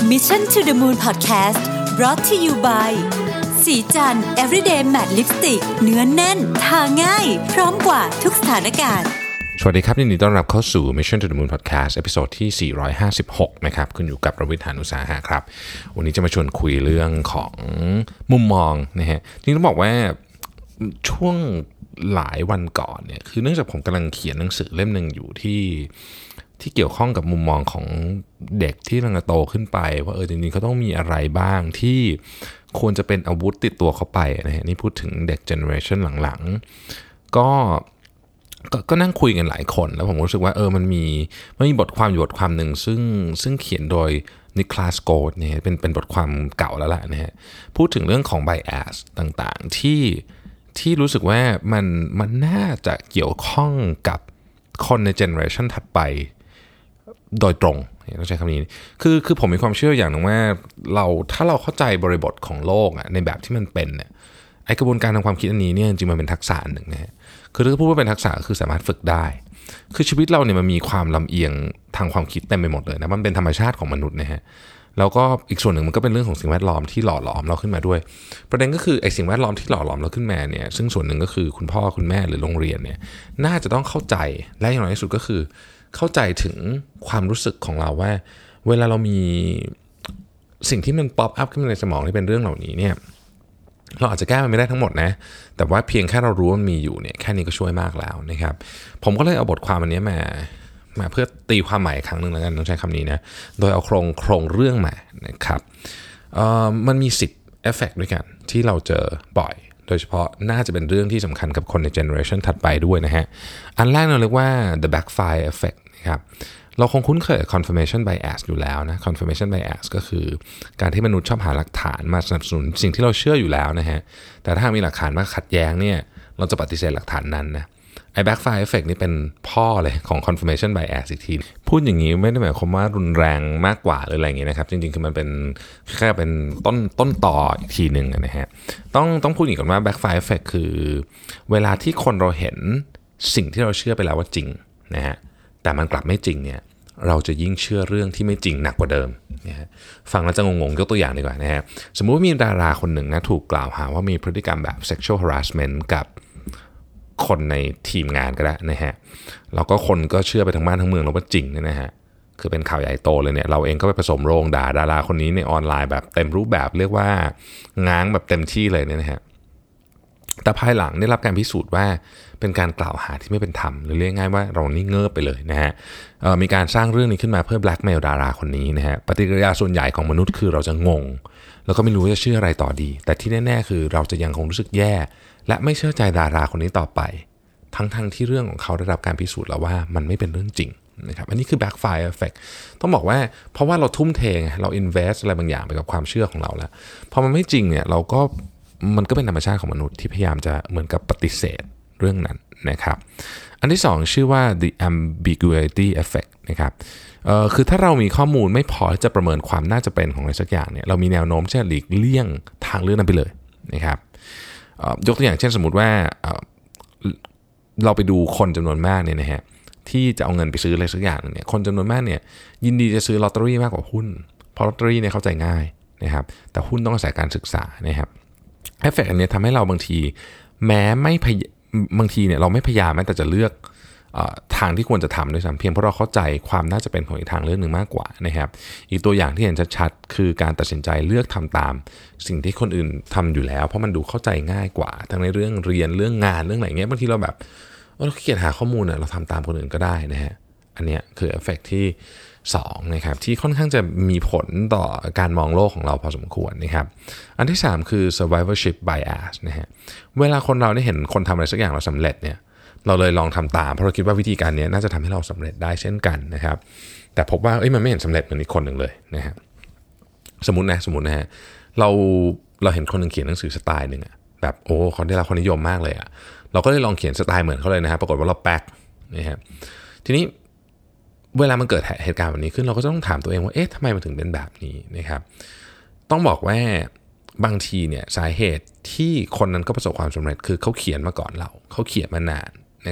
Mission to the Moon Podcast brought to you by สีจัน Everyday Matte Lipstick เนื้อนแน่นทาง่ายพร้อมกว่าทุกสถานการณ์สวัสดีครับยินดีต้อนรับเข้าสู่ Mission to the Moon Podcast เอพิโซดที่456นะครับคุณอยู่กับประวิทย์ หาญอุตสาหะครับวันนี้จะมาชวนคุยเรื่องของมุมมองนะฮะจริงต้องบอกว่าช่วงหลายวันก่อนเนี่ยคือเนื่องจากผมกำลังเขียนหนังสือเล่มนึงอยู่ที่เกี่ยวข้องกับมุมมองของเด็กที่กำลังโตขึ้นไปว่าจริงๆเขาต้องมีอะไรบ้างที่ควรจะเป็นอาวุธติดตัวเขาไปนะฮะนี่พูดถึงเด็กเจเนอเรชันหลังๆก็นั่งคุยกันหลายคนแล้วผมรู้สึกว่ามันมีบทความอยู่บทความหนึ่งซึ่งเขียนโดยนิคลาสโกดเนี่ยเป็นบทความเก่าแล้วล่ะนะฮะพูดถึงเรื่องของ bias ต่างๆที่รู้สึกว่ามันน่าจะเกี่ยวข้องกับคนในเจเนอเรชันถัดไปโดยตรงต้องใช้คำนี้คือผมมีความเชื่ออย่างหนึ่งว่าถ้าเราเข้าใจบริบทของโลกในแบบที่มันเป็นเนี่ยไอกระบวนการทางความคิดอันนี้เนี่ยจริงๆมันเป็นทักษะหนึ่งนะฮะคือถ้าพูดว่าเป็นทักษะคือสามารถฝึกได้คือชีวิตเราเนี่ยมันมีความลำเอียงทางความคิดเต็มไปหมดเลยนะมันเป็นธรรมชาติของมนุษย์นะฮะแล้วก็อีกส่วนหนึ่งมันก็เป็นเรื่องของสิ่งแวดล้อมที่หล่อหลอมเราขึ้นมาด้วยประเด็นก็คือไอ้สิ่งแวดล้อมที่หล่อหลอมเราขึ้นมาเนี่ยซึ่งส่วนหนึ่งก็คือคุณพ่อคุณแม่หรือโรงเรียนเนี่ยน่าจะต้องเข้าใจและอย่างน้อยที่สุดก็คือเข้าใจถึงความรู้สึกของเราว่าเวลาเรามีสิ่งที่มันป๊อปอัพขึ้นมาในสมองที่เป็นเรื่องเหล่านี้เนี่ยเราอาจจะแก้มันไม่ได้ทั้งหมดนะแต่ว่าเพียงแค่เรารู้ว่ามันมีอยู่เนี่ยแค่นี้ก็ช่วยมากแล้วนะครับผมก็เลยเอาบทความอันนี้มาเพื่อตีความใหม่ครั้งหนึ่งแล้วกันต้องใช้คำนี้นะโดยเอาโครงเรื่องมานะครับมันมี10เอฟเฟกต์ด้วยกันที่เราเจอบ่อยโดยเฉพาะน่าจะเป็นเรื่องที่สำคัญกับคนในเจเนอเรชันถัดไปด้วยนะฮะอันแรกเราเรียกว่า the backfire effect นะครับเราคงคุ้นเคยกับ confirmation bias อยู่แล้วนะ confirmation bias ก็คือการที่มนุษย์ชอบหาหลักฐานมาสนับสนุนสิ่งที่เราเชื่ออยู่แล้วนะฮะแต่ถ้ามีหลักฐานมาขัดแย้งเนี่ยเราจะปฏิเสธหลักฐานนั้นนะไอ้ backfire effect นี่เป็นพ่อเลยของ confirmation bias อีกทีพูดอย่างนี้ไม่ได้หมายความว่ารุนแรงมากกว่าหรืออะไรอย่างเงี้ยนะครับจริงๆคือมันเป็นแค่เป็นต้นต่ออีกทีนึงนะฮะต้องพูดอย่างก่อนว่า backfire effect คือเวลาที่คนเราเห็นสิ่งที่เราเชื่อไปแล้วว่าจริงนะฮะแต่มันกลับไม่จริงเนี่ยเราจะยิ่งเชื่อเรื่องที่ไม่จริงหนักกว่าเดิมนะฮะฟังแล้วจะงงๆยกตัวอย่างดีกว่านะฮะสมมุติว่ามีดาราคนหนึ่งนะถูกกล่าวหาว่ามีพฤติกรรมแบบ sexual harassment กับคนในทีมงานก็ได้นะฮะแล้วก็คนก็เชื่อไปทั้งบ้านทั้งเมืองแล้วว่าจริงเนี่ยนะฮะคือเป็นข่าวใหญ่โตเลยเนี่ยเราเองก็ไปผสมโรงด่าดาราคนนี้ในออนไลน์แบบเต็มรูปแบบเรียกว่าง้างแบบเต็มที่เลยเนี่ยนะฮะแต่ภายหลังได้รับการพิสูจน์ว่าเป็นการกล่าวหาที่ไม่เป็นธรรมหรือเรียกง่ายว่าเรานี่เงิบไปเลยนะฮะมีการสร้างเรื่องนี้ขึ้นมาเพื่อแบล็กเมลดาราคนนี้นะฮะปฏิกิริยาส่วนใหญ่ของมนุษย์คือเราจะงงแล้วก็ไม่รู้ว่าจะเชื่ออะไรต่อดีแต่ที่แน่ๆคือเราจะยังคงรู้สึกแย่และไม่เชื่อใจดาราคนนี้ต่อไปทั้งที่เรื่องของเขาได้รับการพิสูจน์แล้วว่ามันไม่เป็นเรื่องจริงนะครับอันนี้คือ backfire effect ต้องบอกว่าเพราะว่าเราทุ่มเทเรา invest อะไรบางอย่างไปกับความเชื่อของเราแล้วพอมันไม่จริงเนี่ยมันก็เป็นธรรมชาติของมนุษย์ที่พยายามจะเหมือนกับปฏิเสธเรื่องนั้นนะครับอันที่2ชื่อว่า the ambiguity effect นะครับคือถ้าเรามีข้อมูลไม่พอที่จะประเมินความน่าจะเป็นของอะไรสักอย่างเนี่ยเรามีแนวโน้มที่จะหลีกเลี่ยงทางเลือกนั้นไปเลยนะครับยกตัวอย่างเช่นสมมุติว่าเราไปดูคนจำนวนมากเนี่ยนะฮะที่จะเอาเงินไปซื้ออะไรสักอย่างเนี่ยคนจำนวนมากเนี่ยยินดีจะซื้อลอตเตอรี่มากกว่าหุ้นเพราะลอตเตอรี่เนี่ยเข้าใจง่ายนะครับแต่หุ้นต้องอาศัยการศึกษานะครับเอฟเฟกต์อันนี้ทำให้เราบางทีบางทีเนี่ยเราไม่พยายามแม้แต่จะเลือกทางที่ควรจะทำด้วยซ้ำเพียงเพราะเราเข้าใจความน่าจะเป็นของอีกทางเรื่องหนึ่งมากกว่านะครับอีกตัวอย่างที่เห็นชัดๆคือการตัดสินใจเลือกทำตามสิ่งที่คนอื่นทำอยู่แล้วเพราะมันดูเข้าใจง่ายกว่าทั้งในเรื่องเรียนเรื่องงานเรื่องอะไรเงี้ยบางทีเราแบบเราขี้เกียจหาข้อมูลเราทำตามคนอื่นก็ได้นะฮะอันนี้คือเอฟเฟกต์ที่2นะครับที่ค่อนข้างจะมีผลต่อการมองโลกของเราพอสมควรนะครับอันที่3คือ survivorship bias นะฮะเวลาคนเราได้เห็นคนทำอะไรสักอย่างเราสำเร็จเนี่ยเราเลยลองทำตามเพราะเราคิดว่าวิธีการนี้น่าจะทำให้เราสำเร็จได้เช่นกันนะครับแต่พบว่ามันไม่เห็นสำเร็จเหมือนอีกคนหนึ่งเลยนะฮะสมมตินะฮะเราเห็นคนหนึ่งเขียนหนังสือสไตล์หนึ่งแบบเขาได้รับความนิยมมากเลยเราก็เลยลองเขียนสไตล์เหมือนเขาเลยนะครับปรากฏว่าเราแป๊กนะครับทีนี้เวลามันเกิดเหตุการณ์แบบนี้ขึ้นเราก็จะต้องถามตัวเองว่าทำไมมันถึงเป็นแบบนี้นะครับต้องบอกว่าบางทีเนี่ยสาเหตุที่คนนั้นก็ประสบความสำเร็จคือเขาเขียนมาก่อนเขาเขียนมานานนะครับ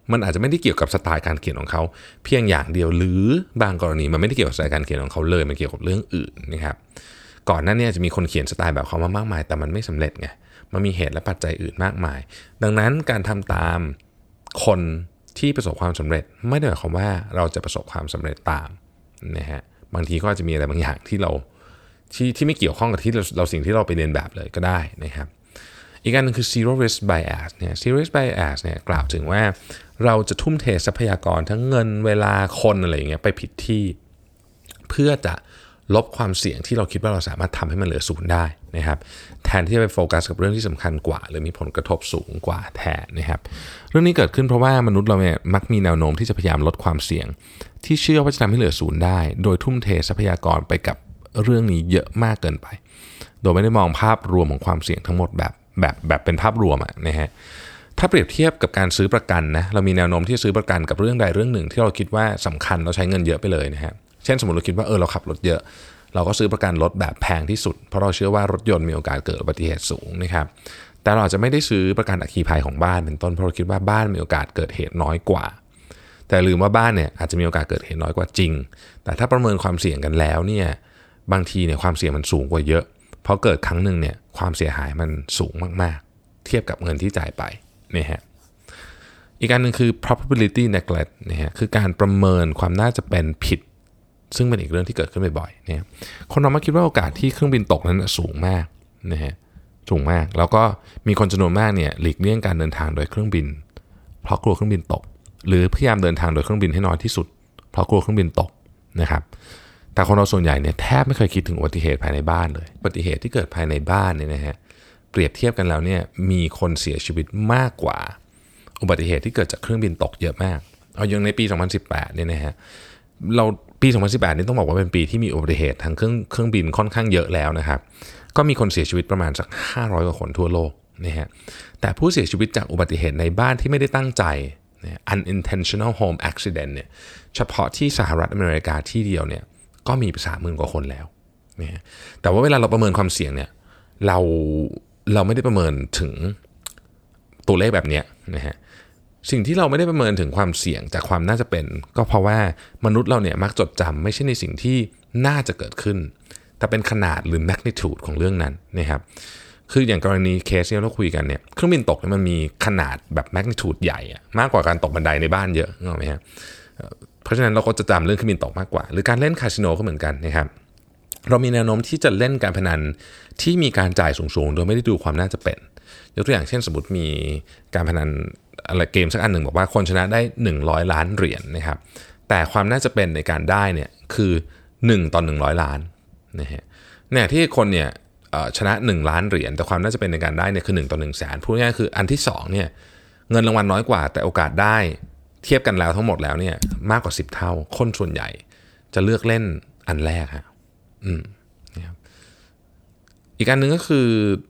มันอาจจะไม่ได้เกี่ยวกับสไตล์การเขียนของเขาเพียงอย่างเดียวหรือบางกรณีมันไม่ได้เกี่ยวกับสไตล์การเขียนของเขาเลยมันเกี่ยวกับเรื่องอื่นนะครับก่อนหน้านี้จะมีคนเขียนสไตล์แบบเขามามากมายแต่มันไม่สำเร็จไงมันมีเหตุและปัจจัยอื่นมากมายดังนั้นการทำตามคนที่ประสบความสำเร็จไม่ได้หมายความว่าเราจะประสบความสำเร็จตามนะฮะบางทีก็จะมีอะไรบางอย่างที่เราที่ไม่เกี่ยวข้องกับที่เราสิ่งที่เราไปเรียนแบบเลยก็ได้นะครับอีกอันนึงคือ zero risk bias เนี่ย zero risk bias เนี่ยกล่าวถึงว่าเราจะทุ่มเททรัพยากรทั้งเงินเวลาคนอะไรอย่างเงี้ยไปผิดที่เพื่อจะลบความเสี่ยงที่เราคิดว่าเราสามารถทำให้มันเหลือศูนย์ได้นะครับแทนที่จะไปโฟกัสกับเรื่องที่สำคัญกว่าหรือมีผลกระทบสูงกว่าแทนนะครับเรื่องนี้เกิดขึ้นเพราะว่ามนุษย์เราเนี่ยมักมีแนวโน้มที่จะพยายามลดความเสี่ยงที่เชื่อว่าจะทำให้เหลือศูนย์ได้โดยทุ่มเททรัพยากรไปกับเรื่องนี้เยอะมากเกินไปโดยไม่ได้มองภาพรวมของความเสี่ยงทั้งหมดแบบเป็นภาพรวมนะฮะถ้าเปรียบเทียบกับการซื้อประกันนะเรามีแนวโน้มที่จะซื้อประกันกับเรื่องใดเรื่องหนึ่งที่เราคิดว่าสำคัญเราใช้เงินเยอะไปเลยนะฮะเช่นสมมติเราคิดว่าเราขับรถเยอะเราก็ซื้อประกันรถแบบแพงที่สุดเพราะเราเชื่อว่ารถยนต์มีโอกาสเกิดอุบัติเหตุสูงนะครับแต่เราอาจจะไม่ได้ซื้อประกันอัคคีภัยของบ้านเป็นต้นเพราะเราคิดว่าบ้านมีโอกาสเกิดเหตุน้อยกว่าแต่ลืมว่าบ้านเนี่ยอาจจะมีโอกาสเกิดเหตุน้อยกว่าจริงแต่ถ้าประเมินความเสี่ยงกันแล้วเนี่ยบางทีเนี่ยความเสี่ยงมันสูงกว่าเยอะเพราะเกิดครั้งนึงเนี่ยความเสียหายมันสูงมากๆเทียบกับเงินที่จ่ายไปนะฮะอีกอันนึงคือ probability neglect นะฮะคือการประเมินความน่าจะเป็นผิดซึ่งเป็นอีกเรื่องที่เกิดขึ้นบ่อยๆเนี่ยคนเรามักคิดว่าโอกาสที่เครื่องบินตกนั้นสูงมากนะฮะสูงมากแล้วก็มีคนจำนวนมากเนี่ยหลีกเลี่ยงการเดินทางโดยเครื่องบินเพราะกลัวเครื่องบินตกหรือพยายามเดินทางโดยเครื่องบินให้น้อยที่สุดเพราะกลัวเครื่องบินตกนะครับแต่คนเราส่วนใหญ่เนี่ยแทบไม่เคยคิดถึงอุบัติเหตุภายในบ้านเลยอุบัติเหตุที่เกิดภายในบ้านเนี่ยนะฮะเปรียบเทียบกันแล้วเนี่ยมีคนเสียชีวิตมากกว่าอุบัติเหตุที่เกิดจากเครื่องบินตกเยอะมากเอาอย่างในปี 2018 เนี่ยนะฮะปี 2018 นี่ต้องบอกว่าเป็นปีที่มีอุบัติเหตุทางเครื่องบินค่อนข้างเยอะแล้วนะครับก็มีคนเสียชีวิตประมาณสัก500กว่าคนทั่วโลกนะฮะแต่ผู้เสียชีวิตจากอุบัติเหตุในบ้านที่ไม่ได้ตั้งใจ unintentional home accident เนี่ยเฉพาะที่สหรัฐอเมริกาที่เดียวเนี่ยก็มี 30,000 กว่าคนแล้วนะแต่ว่าเวลาเราประเมินความเสี่ยงเนี่ยเราไม่ได้ประเมินถึงตัวเลขแบบนี้นะฮะสิ่งที่เราไม่ได้ประเมินถึงความเสี่ยงจากความน่าจะเป็นก็เพราะว่ามนุษย์เราเนี่ยมักจดจำไม่ใช่ในสิ่งที่น่าจะเกิดขึ้นแต่เป็นขนาดหรือ magnitude ของเรื่องนั้นนะครับคืออย่างกรณีเคสที่เราคุยกันเนี่ยเครื่องบินตกเนี่ยมันมีขนาดแบบ magnitude ใหญ่มากกว่าการตกบันไดในบ้านเยอะถูกไหมฮะเพราะฉะนั้นเราก็จะจำเรื่องเครื่องบินตกมากกว่าหรือการเล่นคาสิโนก็เหมือนกันนะครับเรามีแนวโน้มที่จะเล่นการพนันที่มีการจ่ายสูงๆโดยไม่ได้ดูความน่าจะเป็นยกตัวอย่างเช่นสมมติมีการพนันอะไรเกมสักอันหนึ่งบอกว่าคนชนะได้100 ล้านเหรียญนะครับแต่ความน่าจะเป็นในการได้เนี่ยคือ1ต่อ100 ล้านนะฮะเนี่ยที่คนเนี่ยชนะ1ล้านเหรียญแต่ความน่าจะเป็นในการได้เนี่ยคือ1ต่อ100,000พูดง่ายๆคืออันที่2เนี่ยเงินรางวัลน้อยกว่าแต่โอกาสได้เทียบกันแล้วทั้งหมดแล้วเนี่ยมากกว่า10เท่าคนส่วนใหญ่จะเลือกเล่นอันแรกฮะนะครับอีกอันนึงก็คือ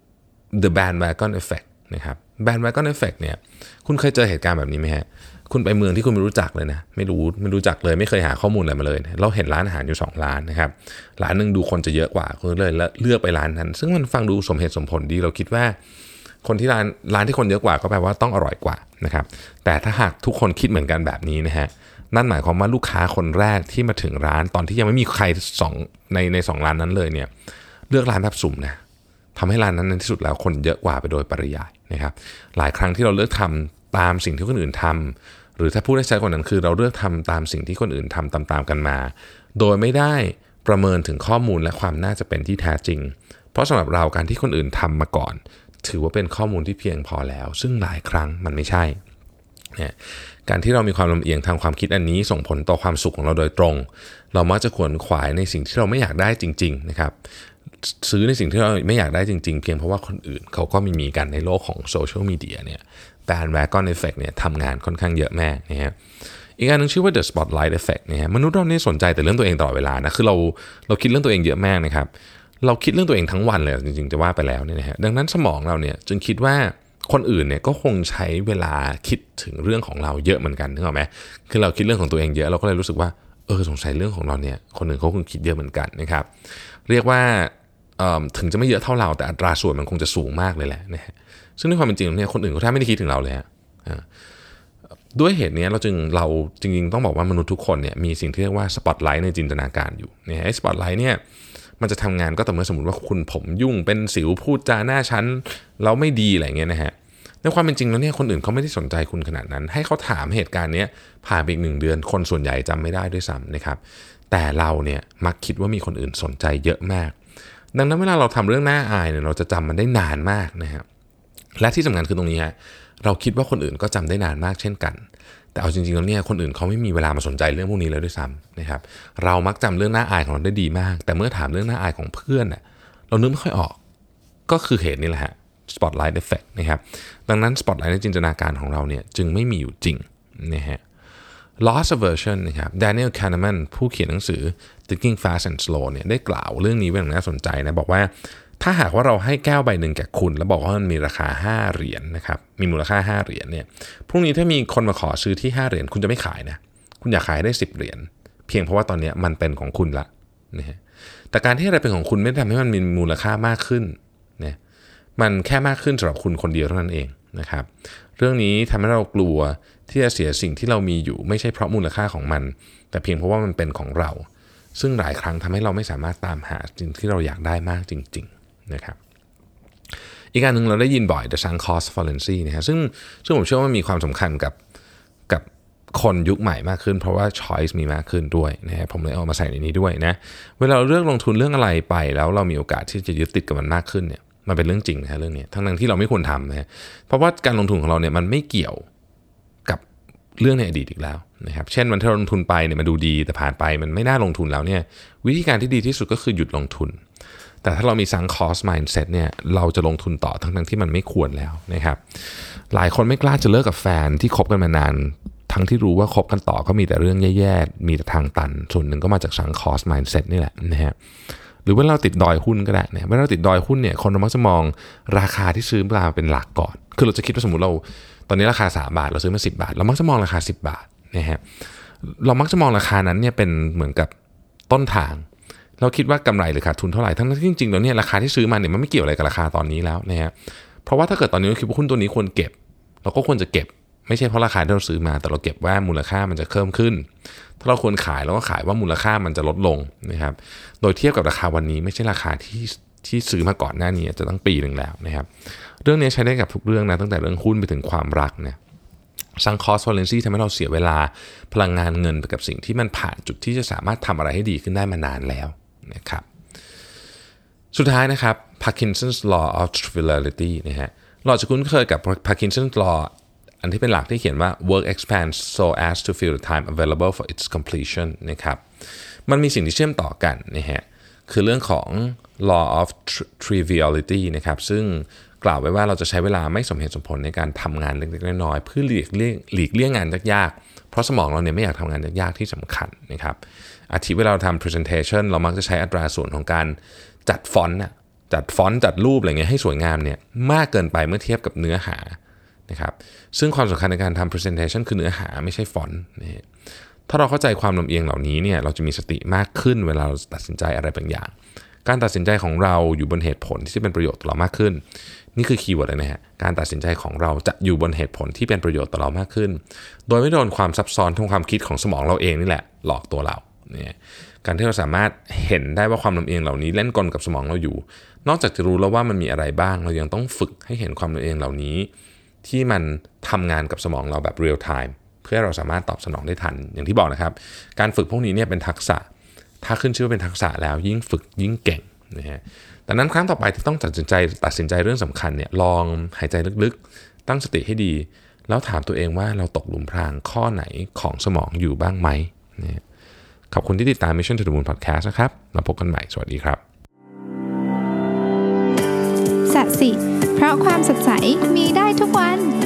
the bandwagon effect นะครับ bandwagon effect เนี่ยคุณเคยเจอเหตุการณ์แบบนี้ไหมฮะคุณไปเมืองที่คุณไม่รู้จักเลยนะไม่รู้จักเลยไม่เคยหาข้อมูลอะไรมาเลยเราเห็นร้านอาหารอยู่2ร้านนะครับร้านนึงดูคนจะเยอะกว่าคุณเลยแล้วเลือกไปร้านนั้นซึ่งมันฟังดูสมเหตุสมผลดีเราคิดว่าคนที่ร้านที่คนเยอะกว่าก็แปลว่าต้องอร่อยกว่านะครับแต่ถ้าหากทุกคนคิดเหมือนกันแบบนี้นะฮะนั่นหมายความว่าลูกค้าคนแรกที่มาถึงร้านตอนที่ยังไม่มีใครใน2ร้านนั้นเลยเนี่ยเลือกร้านแบบสุ่มนะทำให้ร้านนั้นในที่สุดแล้วคนเยอะกว่าไปโดยปริยายนะครับหลายครั้งที่เราเลือกทำตามสิ่งที่คนอื่นทำหรือถ้าพูดได้ชัดกว่านั้นคือเราเลือกทำตามสิ่งที่คนอื่นทำตามๆกันมาโดยไม่ได้ประเมินถึงข้อมูลและความน่าจะเป็นที่แท้จริงเพราะสำหรับเราการที่คนอื่นทำมาก่อนถือว่าเป็นข้อมูลที่เพียงพอแล้วซึ่งหลายครั้งมันไม่ใช่เนี่ยการที่เรามีความลำเอียงทางความคิดอันนี้ส่งผลต่อความสุขของเราโดยตรงเรามักจะขวนขวายในสิ่งที่เราไม่อยากได้จริงๆนะครับซื้อในสิ่งที่เราไม่อยากได้จริงๆเพียงเพราะว่าคนอื่นเขาก็มีกันในโลกของโซเชียลมีเดียเนี่ยbandwagon effect เนี่ยทำงานค่อนข้างเยอะมากนะฮะอีกอันนึงชื่อว่า the spotlight effect นะฮะมนุษย์เราเนี่ยสนใจแต่เรื่องตัวเองตลอดเวลานะคือเราคิดเรื่องตัวเองเยอะมากนะครับเราคิดเรื่องตัวเองทั้งวันเลยจริงๆจะว่าไปแล้วเนี่ยนะฮะดังนั้นสมองเราเนี่ยจึงคิดว่าคนอื่นเนี่ยก็คงใช้เวลาคิดถึงเรื่องของเราเยอะเหมือนกันนึกออกไหมคือเราคิดเรื่องของตัวเองเยอะเราก็เลยรู้สึกว่าสงสัยเรื่องของเราเนี่ยคนอื่นเขาคงคิดเยอะเหมือนกันนะครับเรียกว่าถึงจะไม่เยอะเท่าเราแต่อัตราส่วนมันคงจะสูงมากเลยแหละนะฮะซึ่งในความเป็นจริงเนี่ยคนอื่นเขาแทบไม่ได้คิดถึงเราเลยฮะด้วยเหตุนี้เราจริงๆต้องบอกว่ามนุษย์ทุกคนเนี่ยมีสิ่งที่เรียกว่าสปอตไลท์ในจินตนาการอยู่เนี่ยไอ้สปอตไลท์เนี่ยมันจะทำงานก็ต่อเมื่อสมมติว่าคุณผมยุ่งเป็นสิวพูดจาหน้าชั้นแล้วไม่ดีอะไรเงี้ยนะฮะในความเป็นจริงแล้วเนี่ยคนอื่นเขาไม่ได้สนใจคุณขนาดนั้นให้เขาถามเหตุการณ์นี้ผ่านไปอีก1 เดือนคนส่วนใหญ่จำไม่ได้ด้วยซ้ำนะครับแต่เราเนี่ยมักคิดว่ามีคนอื่นสนใจเยอะมากดังนั้นเวลาเราทำเรื่องน่าอายเนี่ยเราจะจำมันได้นานมากนะครับและที่สำคัญคือตรงนี้ฮะเราคิดว่าคนอื่นก็จำได้นานมากเช่นกันแต่เอาจริงๆแล้วเนี่ยคนอื่นเขาไม่มีเวลามาสนใจเรื่องพวกนี้เลยด้วยซ้ำนะครับเรามักจำเรื่องน่าอายของเราได้ดีมากแต่เมื่อถามเรื่องน่าอายของเพื่อนเนี่ยเรานึกไม่ค่อยออกก็คือเหตุนี้แหละฮะ spotlight effect นะครับดังนั้น spotlight ในจินตนาการของเราเนี่ยจึงไม่มีอยู่จริงนะฮะ loss aversion นะครับ Daniel Kahneman ผู้เขียนหนังสือ Thinking Fast and Slow เนี่ยได้กล่าวเรื่องนี้ไว้อย่างน่าสนใจนะบอกว่าถ้าหากว่าเราให้แก้วใบหนึ่งแก่คุณแล้วบอกว่ามันมีราคา5 เหรียญ นะครับมีมูลค่า5 เหรียญเนี่ยพรุ่งนี้ถ้ามีคนมาขอซื้อที่5 เหรียญคุณจะไม่ขายนะคุณอยากขายได้10 เหรียญเพียงเพราะว่าตอนนี้มันเป็นของคุณละนะฮะแต่การที่อะไรเป็นของคุณไม่ทำให้มันมีมูลค่ามากขึ้นนะมันแค่มากขึ้นสำหรับคุณคนเดียวเท่านั้นเองนะครับเรื่องนี้ทำให้เรากลัวที่จะเสียสิ่งที่เรามีอยู่ไม่ใช่เพราะมูลค่าของมันแต่เพียงเพราะว่ามันเป็นของเราซึ่งหลายครั้งทำให้เราไม่สามารถตามหาสิ่งที่เราอยากได้มากจริงๆนะครับอีกอันหนึ่งเราได้ยินบ่อย the sunk cost fallacy นะฮะซึ่งผมเชื่อว่ามีความสำคัญกับคนยุคใหม่มากขึ้นเพราะว่า choice มีมากขึ้นด้วยนะฮะผมเลยเอามาใส่ในนี้ด้วยนะเวลาเราเลือกลงทุนเรื่องอะไรไปแล้วเรามีโอกาสที่จะยึดติดกับมันมากขึ้นเนี่ยมันเป็นเรื่องจริงนะฮะเรื่องนี้ทั้งที่เราไม่ควรทำนะฮะเพราะว่าการลงทุนของเราเนี่ยมันไม่เกี่ยวกับเรื่องในอดีตอีกแล้วนะครับเช่นวันที่เราลงทุนไปเนี่ยมันดูดีแต่ผ่านไปมันไม่น่าลงทุนแล้วเนี่ยวิธีการที่ดีที่สุดก็คือหยุดลงทุนแต่ถ้าเรามี sunk cost mindset เนี่ยเราจะลงทุนต่อทั้งที่มันไม่ควรแล้วนะครับหลายคนไม่กล้าจะเลิกกับแฟนที่คบกันมานานทั้งที่รู้ว่าคบกันต่อก็มีแต่เรื่องแย่ๆมีแต่ทางตันส่วนหนึ่งก็มาจาก sunk cost mindset นี่แหละนะฮะหรือว่าเราติดดอยหุ้นก็ได้นะเวลาเราติดดอยหุ้นเนี่ยคนเรามักจะมองราคาที่ซื้อมาเป็นหลักก่อนคือเราจะคิดว่าสมมติเราตอนนี้ราคา3 บาทเราซื้อมา10 บาทเรามักจะมองราคา10 บาทนะฮะเรามักจะมองราคานั้นเนี่ยเป็นเหมือนกับต้นทางเราคิดว่ากำไรหรือขาดทุนเท่าไหร่ทั้งที่จริงๆแล้วเนี่ยราคาที่ซื้อมาเนี่ยมันไม่เกี่ยวอะไรกับราคาตอนนี้แล้วนะฮะเพราะว่าถ้าเกิดตอนนี้เราคิดว่าหุ้นตัวนี้ควรเก็บเราก็ควรจะเก็บไม่ใช่เพราะราคาที่เราซื้อมาแต่เราเก็บว่ามูลค่ามันจะเพิ่มขึ้นถ้าเราควรขายเราก็ขายว่ามูลค่ามันจะลดลงนะครับโดยเทียบกับราคาวันนี้ไม่ใช่ราคาที่ซื้อมาก่อนหน้านี้จะตั้งปีนึงแล้วนะครับเรื่องนี้ใช้ได้กับทุกเรื่องนะตั้งแต่เรื่องหุ้นไปถึงความรักเนี่ยsunk cost fallacy ทำให้เราเสียเวลาพลังงานเงินไปกับสิ่งที่มันผ่านจุดที่จะสามารถทำอะไรให้ดีขึ้นได้มานานแล้วนะครับสุดท้ายนะครับ Parkinson's law of triviality นะฮะเราจะคุ้นเคยกับ Parkinson's law อันที่เป็นหลักที่เขียนว่า work expands so as to fill the time available for its completion นะครับมันมีสิ่งที่เชื่อมต่อกันนะฮะคือเรื่องของ law of triviality นะครับซึ่งกล่าวไว้ว่าเราจะใช้เวลาไม่สมเหตุสมผลในการทำงานเล็กๆน้อยๆเพื่อหลีกเลี่ยงงานยากๆเพราะสมองเราเนี่ยไม่อยากทำงานยากๆที่สำคัญนะครับอาทิเวลาเราทำ presentation เรามักจะใช้อัตราส่วนของการจัดฟอนต์จัดรูปอะไรเงี้ยให้สวยงามเนี่ยมากเกินไปเมื่อเทียบกับเนื้อหานะครับซึ่งความสำคัญในการทำ presentation คือเนื้อหาไม่ใช่ฟอนต์นะถ้าเราเข้าใจความลำเอียงเหล่านี้เนี่ยเราจะมีสติมากขึ้นเวลาเราตัดสินใจอะไรบางอย่างการตัดสินใจของเราอยู่บนเหตุผลที่เป็นประโยชน์ต่อเรามากขึ้นนี่คือคีย์เวิร์ดเลยนะฮะการตัดสินใจของเราจะอยู่บนเหตุผลที่เป็นประโยชน์ต่อเรามากขึ้นโดยไม่โดนความซับซ้อนทางความคิดของสมองเราเองนี่แหละหลอกตัวเราเนี่ยการที่เราสามารถเห็นได้ว่าความลำเอียงเหล่านี้เล่นกลกับสมองเราอยู่นอกจากจะรู้แล้วว่ามันมีอะไรบ้างเรายังต้องฝึกให้เห็นความลำเอียงเหล่านี้ที่มันทำงานกับสมองเราแบบเรียลไทม์เพื่อเราสามารถตอบสนองได้ทันอย่างที่บอกนะครับการฝึกพวกนี้เนี่ยเป็นทักษะถ้าขึ้นชื่อว่าเป็นทักษะแล้วยิ่งฝึกยิ่งเก่งนะฮะดังนั้นครั้งต่อไปที่ต้องตัดสินใจเรื่องสำคัญเนี่ยลองหายใจลึกๆตั้งสติให้ดีแล้วถามตัวเองว่าเราตกหลุมพรางข้อไหนของสมองอยู่บ้างไหมนะขอบคุณที่ติดตาม Mission to the Moon Podcast นะครับเราพบกันใหม่สวัสดีครับสัตว์สิเพราะความสดใสมีได้ทุกวัน